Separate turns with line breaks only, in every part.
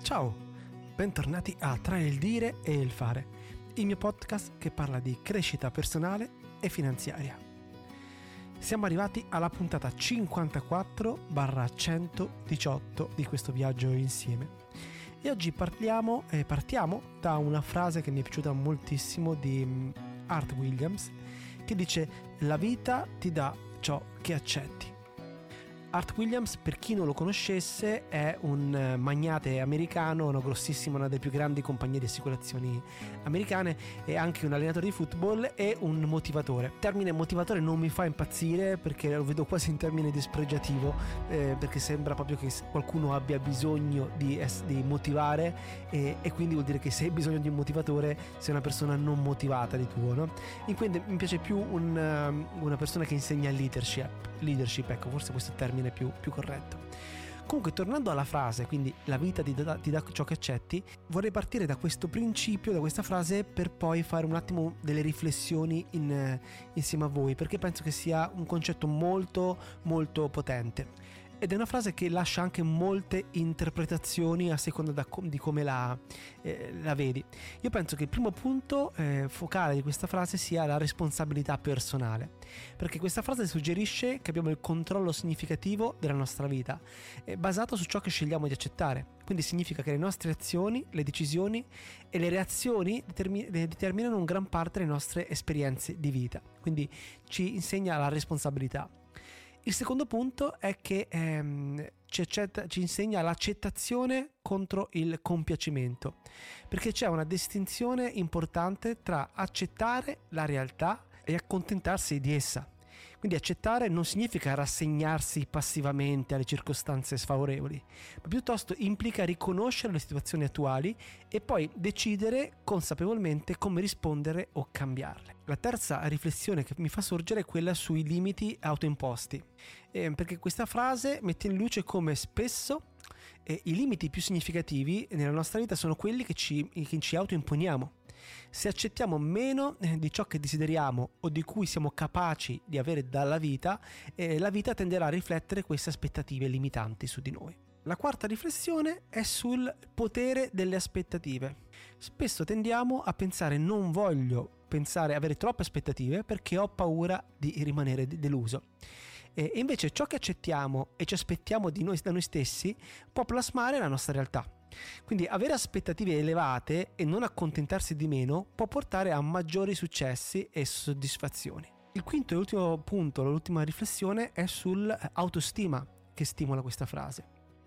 Ciao, bentornati a Tra il dire e il fare, il mio podcast che parla di crescita personale e finanziaria. Siamo arrivati alla puntata 54/118 di questo viaggio insieme e oggi partiamo da una frase che mi è piaciuta moltissimo di Art Williams, che dice: la vita ti dà ciò che accetti. Art Williams, per chi non lo conoscesse, è un magnate americano, una delle più grandi compagnie di assicurazioni americane, è anche un allenatore di football e un motivatore. Il termine motivatore non mi fa impazzire perché lo vedo quasi in termine dispregiativo, perché sembra proprio che qualcuno abbia bisogno di motivare e quindi vuol dire che se hai bisogno di un motivatore sei una persona non motivata di tuo, no? E quindi mi piace più una persona che insegna leadership, ecco, forse questo è il termine più corretto. Comunque, tornando alla frase, quindi la vita ti dà ciò che accetti, vorrei partire da questo principio, da questa frase, per poi fare un attimo delle riflessioni insieme a voi, perché penso che sia un concetto molto molto potente. Ed è una frase che lascia anche molte interpretazioni a seconda di come la vedi. Io penso che il primo punto focale di questa frase sia la responsabilità personale, perché questa frase suggerisce che abbiamo il controllo significativo della nostra vita, basato su ciò che scegliamo di accettare. Quindi significa che le nostre azioni, le decisioni e le reazioni determinano in gran parte le nostre esperienze di vita. Quindi ci insegna la responsabilità. Il secondo punto è che ci insegna l'accettazione contro il compiacimento, perché c'è una distinzione importante tra accettare la realtà e accontentarsi di essa. Quindi accettare non significa rassegnarsi passivamente alle circostanze sfavorevoli, ma piuttosto implica riconoscere le situazioni attuali e poi decidere consapevolmente come rispondere o cambiarle. La terza riflessione che mi fa sorgere è quella sui limiti autoimposti, perché questa frase mette in luce come spesso i limiti più significativi nella nostra vita sono quelli che ci autoimponiamo. Se accettiamo meno di ciò che desideriamo o di cui siamo capaci di avere dalla vita, la vita tenderà a riflettere queste aspettative limitanti su di noi. La quarta riflessione è sul potere delle aspettative. Spesso tendiamo a pensare: non voglio avere troppe aspettative perché ho paura di rimanere deluso. E invece ciò che accettiamo e ci aspettiamo da noi stessi può plasmare la nostra realtà. Quindi avere aspettative elevate e non accontentarsi di meno può portare a maggiori successi e soddisfazioni. Il quinto e ultimo punto, l'ultima riflessione, è sull'autostima che stimola questa frase.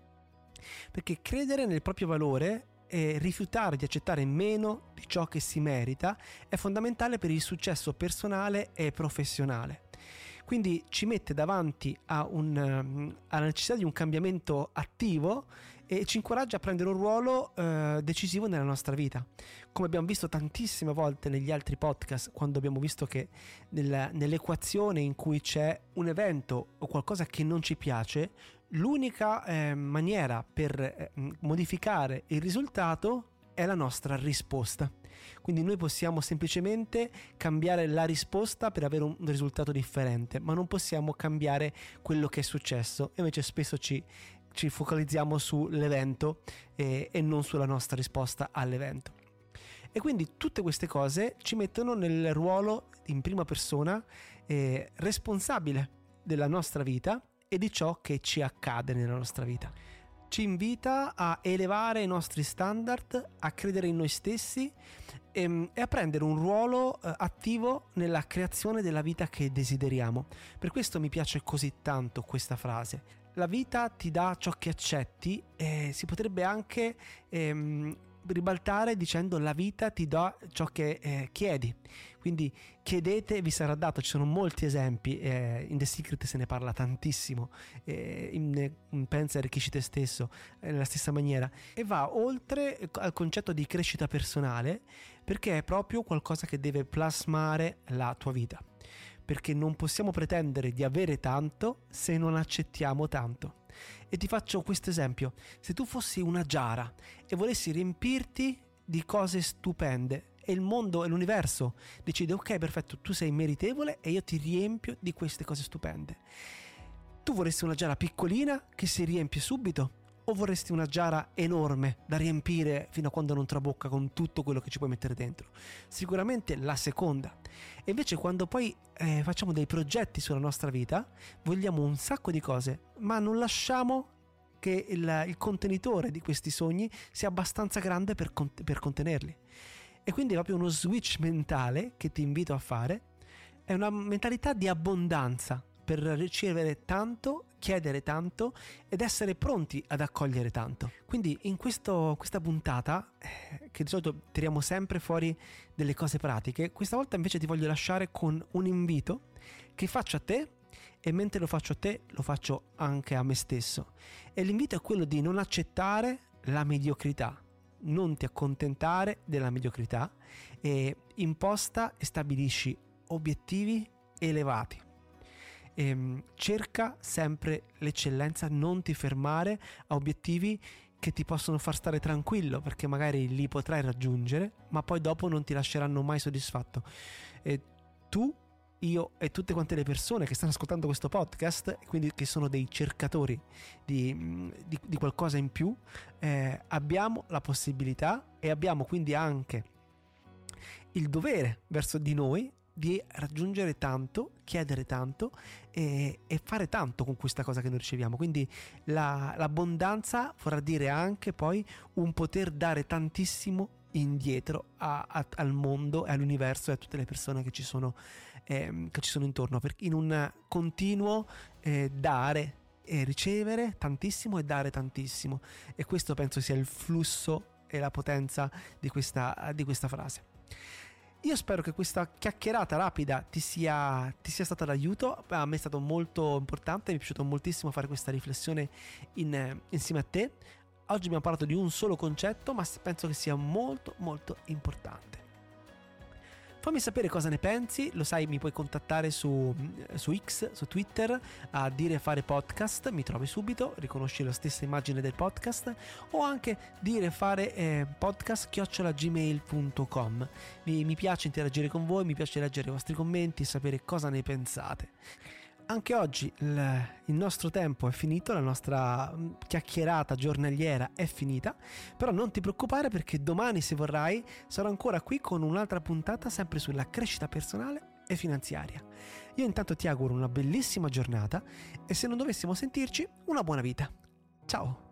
Perché credere nel proprio valore e rifiutare di accettare meno di ciò che si merita è fondamentale per il successo personale e professionale. Quindi ci mette davanti alla necessità di un cambiamento attivo e ci incoraggia a prendere un ruolo decisivo nella nostra vita. Come abbiamo visto tantissime volte negli altri podcast, quando abbiamo visto che nell'equazione in cui c'è un evento o qualcosa che non ci piace, l'unica maniera per modificare il risultato è la nostra risposta. Quindi noi possiamo semplicemente cambiare la risposta per avere un risultato differente, ma non possiamo cambiare quello che è successo. E invece spesso ci focalizziamo sull'evento e non sulla nostra risposta all'evento. E quindi tutte queste cose ci mettono nel ruolo in prima persona responsabile della nostra vita e di ciò che ci accade nella nostra vita. Ci invita a elevare i nostri standard, a credere in noi stessi e a prendere un ruolo attivo nella creazione della vita che desideriamo. Per questo mi piace così tanto questa frase. La vita ti dà ciò che accetti, si potrebbe anche ribaltare dicendo: la vita ti dà ciò che chiedi. Quindi chiedete e vi sarà dato. Ci sono molti esempi, in The Secret se ne parla tantissimo, in Pensa e arricchisci te stesso nella stessa maniera, e va oltre al concetto di crescita personale, perché è proprio qualcosa che deve plasmare la tua vita, perché non possiamo pretendere di avere tanto se non accettiamo tanto. E ti faccio questo esempio: se tu fossi una giara e volessi riempirti di cose stupende e il mondo e l'universo decide: ok, perfetto, tu sei meritevole e io ti riempio di queste cose stupende, tu vorresti una giara piccolina che si riempie subito o vorresti una giara enorme da riempire fino a quando non trabocca con tutto quello che ci puoi mettere dentro? Sicuramente la seconda. E invece quando poi facciamo dei progetti sulla nostra vita, vogliamo un sacco di cose, ma non lasciamo che il contenitore di questi sogni sia abbastanza grande per contenerli. E quindi è proprio uno switch mentale che ti invito a fare, è una mentalità di abbondanza per ricevere tanto, chiedere tanto ed essere pronti ad accogliere tanto. Quindi in questa puntata, che di solito tiriamo sempre fuori delle cose pratiche, questa volta invece ti voglio lasciare con un invito che faccio a te, e mentre lo faccio a te lo faccio anche a me stesso. E l'invito è quello di non accettare la mediocrità, non ti accontentare della mediocrità, e imposta e stabilisci obiettivi elevati. Cerca sempre l'eccellenza, non ti fermare a obiettivi che ti possono far stare tranquillo, perché magari li potrai raggiungere ma poi dopo non ti lasceranno mai soddisfatto. Tu, io e tutte quante le persone che stanno ascoltando questo podcast, quindi che sono dei cercatori di qualcosa in più, abbiamo la possibilità e abbiamo quindi anche il dovere verso di noi di raggiungere tanto, chiedere tanto e fare tanto con questa cosa che noi riceviamo. Quindi l'abbondanza vorrà dire anche poi un poter dare tantissimo indietro al mondo e all'universo e a tutte le persone che ci sono intorno, in un continuo dare e ricevere tantissimo e dare tantissimo. E questo penso sia il flusso e la potenza di questa frase. Io spero che questa chiacchierata rapida ti sia stata d'aiuto. A me è stato molto importante, mi è piaciuto moltissimo fare questa riflessione insieme a te. Oggi abbiamo parlato di un solo concetto, ma penso che sia molto molto importante. Fammi sapere cosa ne pensi, lo sai, mi puoi contattare su X, su Twitter, a Dire Fare Podcast, mi trovi subito, riconosci la stessa immagine del podcast, o anche direfare podcast@gmail.com. Mi piace interagire con voi, mi piace leggere i vostri commenti e sapere cosa ne pensate. Anche oggi il nostro tempo è finito, la nostra chiacchierata giornaliera è finita, però non ti preoccupare, perché domani, se vorrai, sarò ancora qui con un'altra puntata sempre sulla crescita personale e finanziaria. Io intanto ti auguro una bellissima giornata e, se non dovessimo sentirci, una buona vita. Ciao!